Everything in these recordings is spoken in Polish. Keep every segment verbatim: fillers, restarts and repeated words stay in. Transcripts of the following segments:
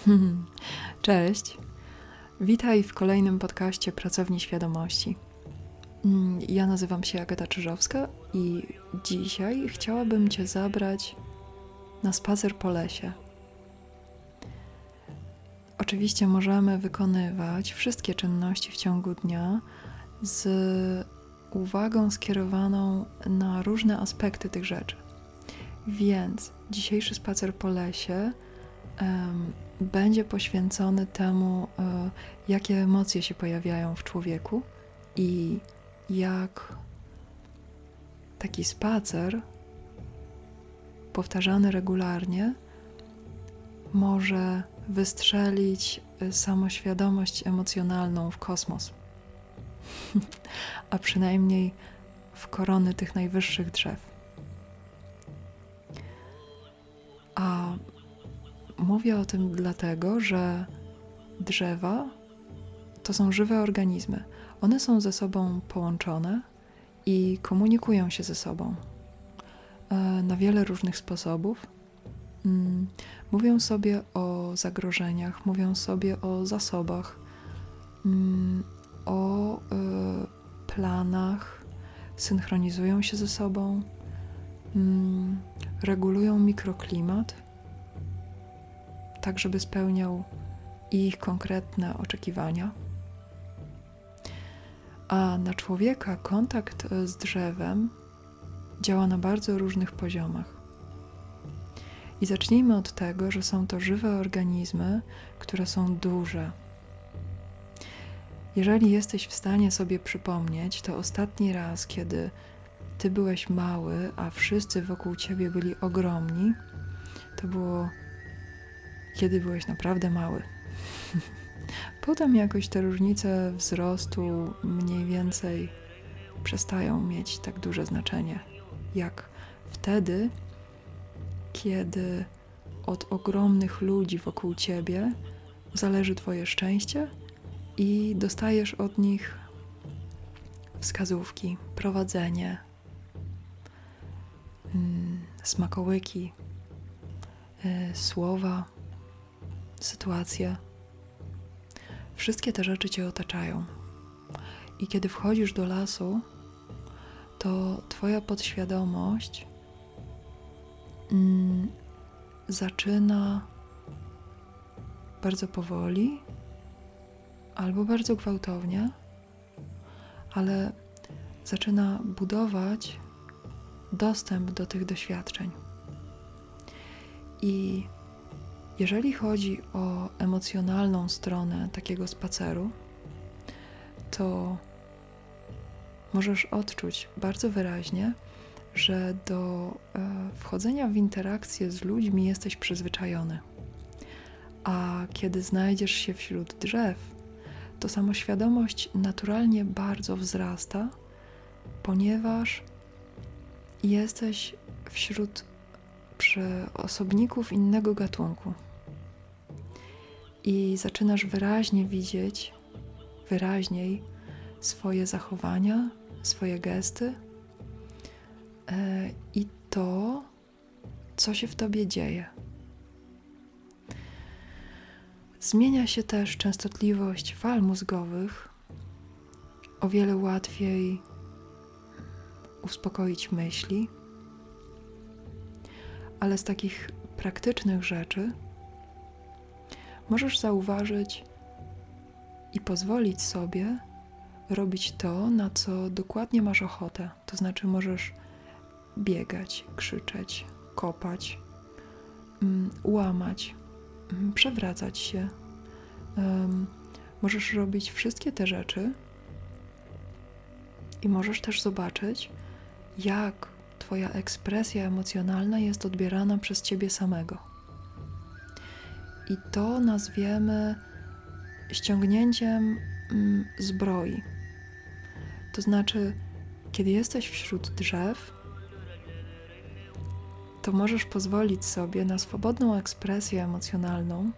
Cześć, witaj w kolejnym podcaście Pracowni Świadomości. Ja nazywam się Agata Czyżowska i dzisiaj chciałabym Cię zabrać na spacer po lesie. Oczywiście możemy wykonywać wszystkie czynności w ciągu dnia z uwagą skierowaną na różne aspekty tych rzeczy. Więc dzisiejszy spacer po lesie um, będzie poświęcony temu, um, jakie emocje się pojawiają w człowieku i jak taki spacer powtarzany regularnie może wystrzelić samoświadomość emocjonalną w kosmos, a przynajmniej w korony tych najwyższych drzew. A mówię o tym dlatego, że drzewa to są żywe organizmy. One są ze sobą połączone i komunikują się ze sobą na wiele różnych sposobów. Mówią sobie o zagrożeniach, mówią sobie o zasobach, o planach, synchronizują się ze sobą, regulują mikroklimat, tak żeby spełniał ich konkretne oczekiwania. A na człowieka kontakt z drzewem działa na bardzo różnych poziomach. I zacznijmy od tego, że są to żywe organizmy, które są duże. Jeżeli jesteś w stanie sobie przypomnieć, to ostatni raz, kiedy ty byłeś mały, a wszyscy wokół ciebie byli ogromni, to było, kiedy byłeś naprawdę mały. Potem jakoś te różnice wzrostu mniej więcej przestają mieć tak duże znaczenie, jak wtedy, kiedy od ogromnych ludzi wokół ciebie zależy twoje szczęście i dostajesz od nich wskazówki, prowadzenie, smakołyki, słowa, sytuacje. Wszystkie te rzeczy cię otaczają. I kiedy wchodzisz do lasu, to twoja podświadomość mm, zaczyna bardzo powoli albo bardzo gwałtownie, ale zaczyna budować dostęp do tych doświadczeń. I jeżeli chodzi o emocjonalną stronę takiego spaceru, to możesz odczuć bardzo wyraźnie, że do e, wchodzenia w interakcję z ludźmi jesteś przyzwyczajony. A kiedy znajdziesz się wśród drzew, to samoświadomość naturalnie bardzo wzrasta, ponieważ jesteś wśród osobników innego gatunku. I zaczynasz wyraźnie widzieć, wyraźniej swoje zachowania, swoje gesty yy, i to, co się w tobie dzieje. Zmienia się też częstotliwość fal mózgowych. O wiele łatwiej uspokoić myśli. Ale z takich praktycznych rzeczy możesz zauważyć i pozwolić sobie robić to, na co dokładnie masz ochotę. To znaczy możesz biegać, krzyczeć, kopać, um, łamać, um, przewracać się. Um, możesz robić wszystkie te rzeczy i możesz też zobaczyć, jak twoja ekspresja emocjonalna jest odbierana przez ciebie samego. I to nazwiemy ściągnięciem mm, zbroi. To znaczy, kiedy jesteś wśród drzew, to możesz pozwolić sobie na swobodną ekspresję emocjonalną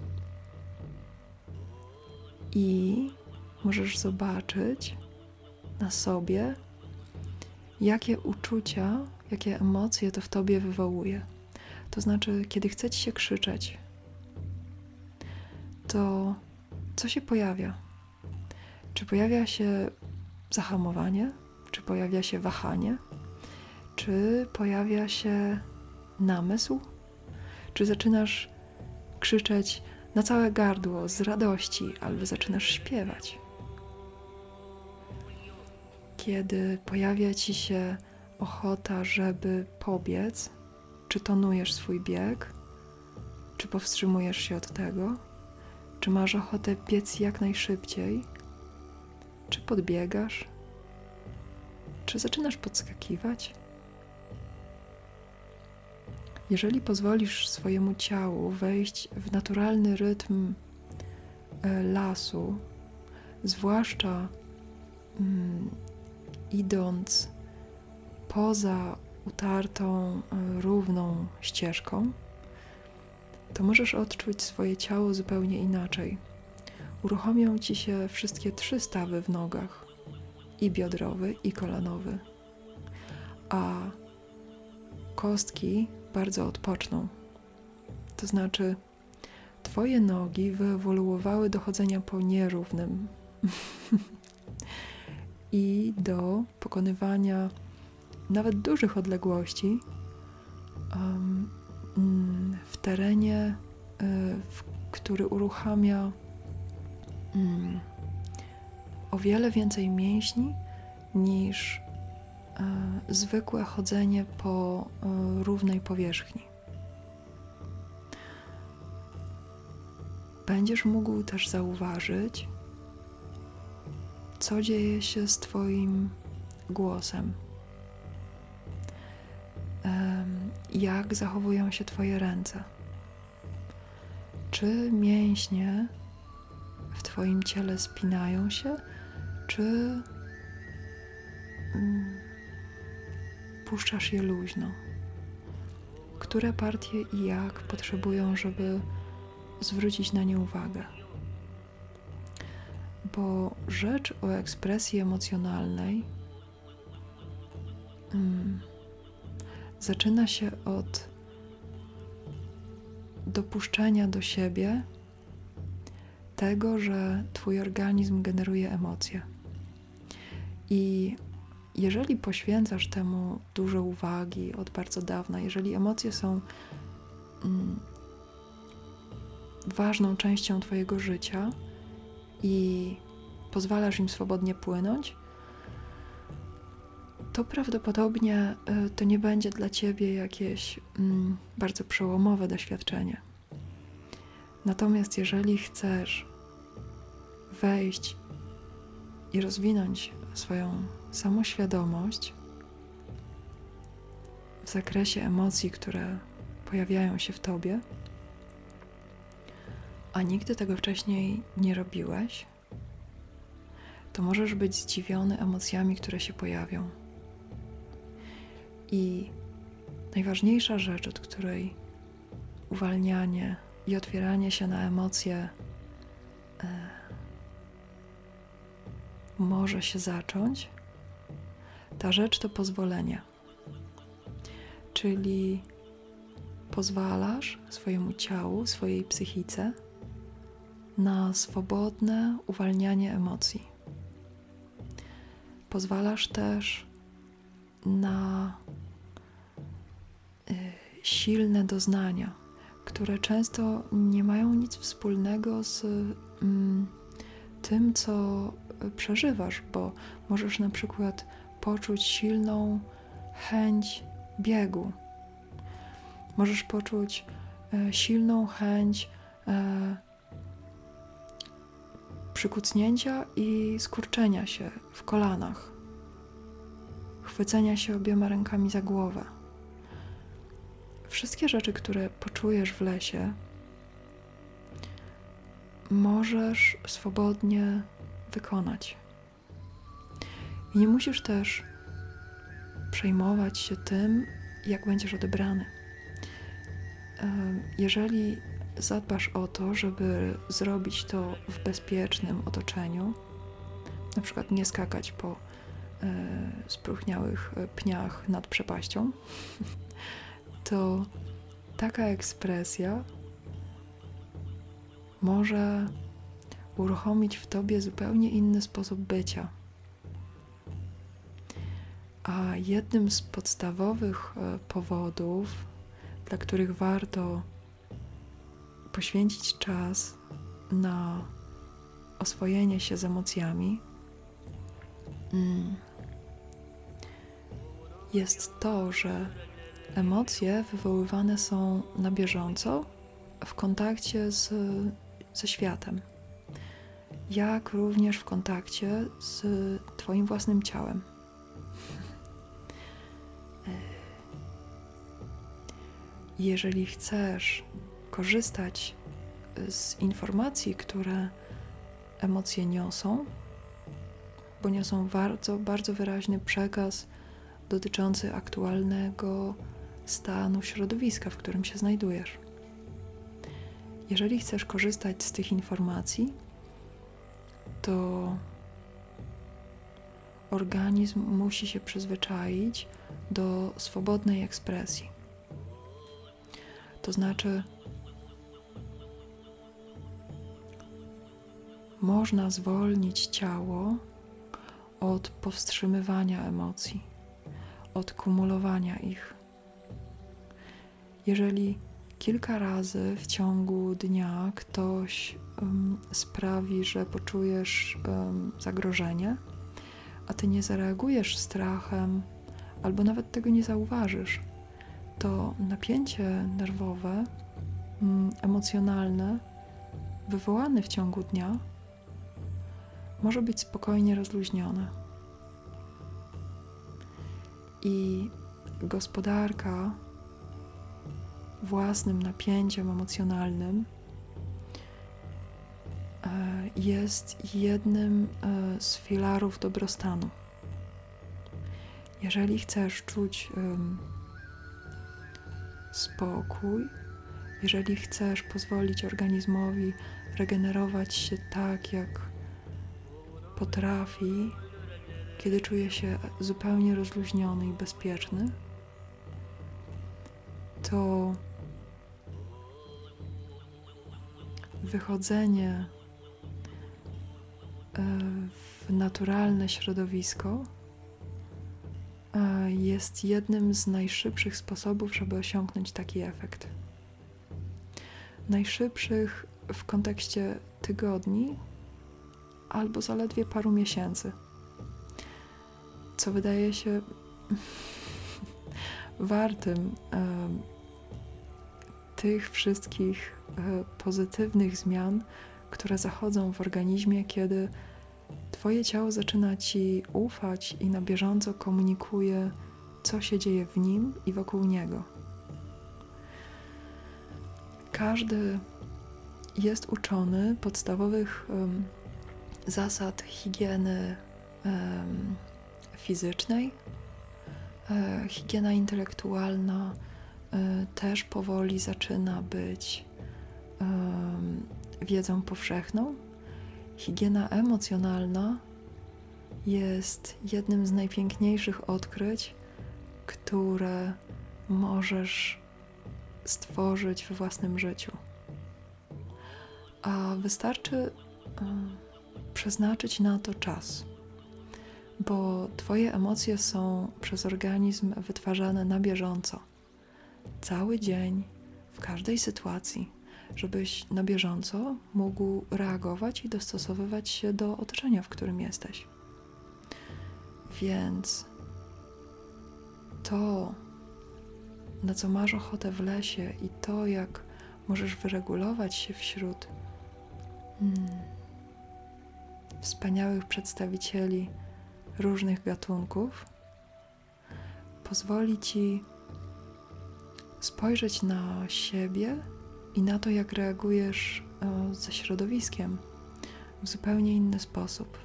i możesz zobaczyć na sobie, jakie uczucia, jakie emocje to w tobie wywołuje. To znaczy, kiedy chce ci się krzyczeć, to co się pojawia? Czy pojawia się zahamowanie? Czy pojawia się wahanie? Czy pojawia się namysł? Czy zaczynasz krzyczeć na całe gardło z radości, albo zaczynasz śpiewać? Kiedy pojawia ci się ochota, żeby pobiec, czy tonujesz swój bieg? Czy powstrzymujesz się od tego? Czy masz ochotę biec jak najszybciej? Czy podbiegasz? Czy zaczynasz podskakiwać? Jeżeli pozwolisz swojemu ciału wejść w naturalny rytm lasu, zwłaszcza mm, idąc poza utartą, równą ścieżką, to możesz odczuć swoje ciało zupełnie inaczej. Uruchomią ci się wszystkie trzy stawy w nogach, i biodrowy, i kolanowy, a kostki bardzo odpoczną. To znaczy, twoje nogi wyewoluowały do chodzenia po nierównym i do pokonywania nawet dużych odległości um, w terenie, w który uruchamia um, o wiele więcej mięśni niż e, zwykłe chodzenie po e, równej powierzchni. Będziesz mógł też zauważyć, co dzieje się z twoim głosem, e, jak zachowują się twoje ręce. Czy mięśnie w twoim ciele spinają się, czy mm, puszczasz je luźno? Które partie i jak potrzebują, żeby zwrócić na nie uwagę? Bo rzecz o ekspresji emocjonalnej mm, zaczyna się od dopuszczenia do siebie tego, że twój organizm generuje emocje. I jeżeli poświęcasz temu dużo uwagi od bardzo dawna, jeżeli emocje są mm, ważną częścią twojego życia i pozwalasz im swobodnie płynąć, to prawdopodobnie y, to nie będzie dla ciebie jakieś mm, bardzo przełomowe doświadczenie. Natomiast jeżeli chcesz wejść i rozwinąć swoją samoświadomość w zakresie emocji, które pojawiają się w tobie, a nigdy tego wcześniej nie robiłeś, to możesz być zdziwiony emocjami, które się pojawią. I najważniejsza rzecz, od której uwalnianie i otwieranie się na emocje e, może się zacząć, ta rzecz to pozwolenie. Czyli pozwalasz swojemu ciału, swojej psychice na swobodne uwalnianie emocji. Pozwalasz też na y, silne doznania, które często nie mają nic wspólnego z mm, tym, co przeżywasz, bo możesz na przykład poczuć silną chęć biegu. Możesz poczuć e, silną chęć e, przykucnięcia i skurczenia się w kolanach, chwycenia się obiema rękami za głowę. Wszystkie rzeczy, które poczujesz w lesie, możesz swobodnie wykonać. I nie musisz też przejmować się tym, jak będziesz odebrany. Jeżeli zadbasz o to, żeby zrobić to w bezpiecznym otoczeniu, na przykład nie skakać po e, spróchniałych pniach nad przepaścią, to taka ekspresja może uruchomić w tobie zupełnie inny sposób bycia. A jednym z podstawowych powodów, dla których warto poświęcić czas na oswojenie się z emocjami, jest to, że emocje wywoływane są na bieżąco w kontakcie z, ze światem, jak również w kontakcie z twoim własnym ciałem. Jeżeli chcesz korzystać z informacji, które emocje niosą, bo niosą bardzo, bardzo wyraźny przekaz dotyczący aktualnego stanu środowiska, w którym się znajdujesz. Jeżeli chcesz korzystać z tych informacji, to organizm musi się przyzwyczaić do swobodnej ekspresji. To znaczy, można zwolnić ciało od powstrzymywania emocji, od kumulowania ich. Jeżeli kilka razy w ciągu dnia ktoś um, sprawi, że poczujesz um, zagrożenie, a ty nie zareagujesz strachem, albo nawet tego nie zauważysz, to napięcie nerwowe, um, emocjonalne, wywołane w ciągu dnia, może być spokojnie rozluźnione. I gospodarka własnym napięciem emocjonalnym jest jednym z filarów dobrostanu. Jeżeli chcesz czuć um, spokój, jeżeli chcesz pozwolić organizmowi regenerować się tak, jak potrafi, kiedy czuje się zupełnie rozluźniony i bezpieczny, to wychodzenie w naturalne środowisko jest jednym z najszybszych sposobów, żeby osiągnąć taki efekt. Najszybszych w kontekście tygodni albo zaledwie paru miesięcy. Co wydaje się wartym e, tych wszystkich e, pozytywnych zmian, które zachodzą w organizmie, kiedy twoje ciało zaczyna ci ufać i na bieżąco komunikuje, co się dzieje w nim i wokół niego. Każdy jest uczony podstawowych um, zasad higieny um, fizycznej. E, higiena intelektualna e, też powoli zaczyna być e, wiedzą powszechną. Higiena emocjonalna jest jednym z najpiękniejszych odkryć, które możesz stworzyć we własnym życiu. A wystarczy e, przeznaczyć na to czas, bo twoje emocje są przez organizm wytwarzane na bieżąco, cały dzień, w każdej sytuacji, żebyś na bieżąco mógł reagować i dostosowywać się do otoczenia, w którym jesteś. Więc to, na co masz ochotę w lesie i to, jak możesz wyregulować się wśród hmm, wspaniałych przedstawicieli różnych gatunków, pozwoli ci spojrzeć na siebie i na to, jak reagujesz e, ze środowiskiem w zupełnie inny sposób.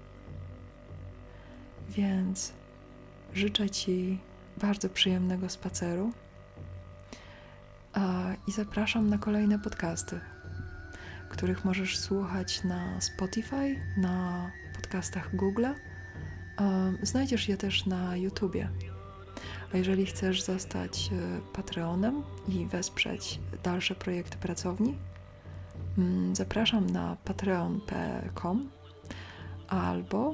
Więc życzę ci bardzo przyjemnego spaceru a, i zapraszam na kolejne podcasty, których możesz słuchać na Spotify, na podcastach Google. Znajdziesz je też na YouTubie. A jeżeli chcesz zostać Patreonem i wesprzeć dalsze projekty pracowni, Zapraszam na patreon kropka com albo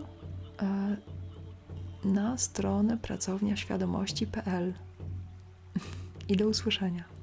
na stronę pracownia świadomości kropka p l. I do usłyszenia.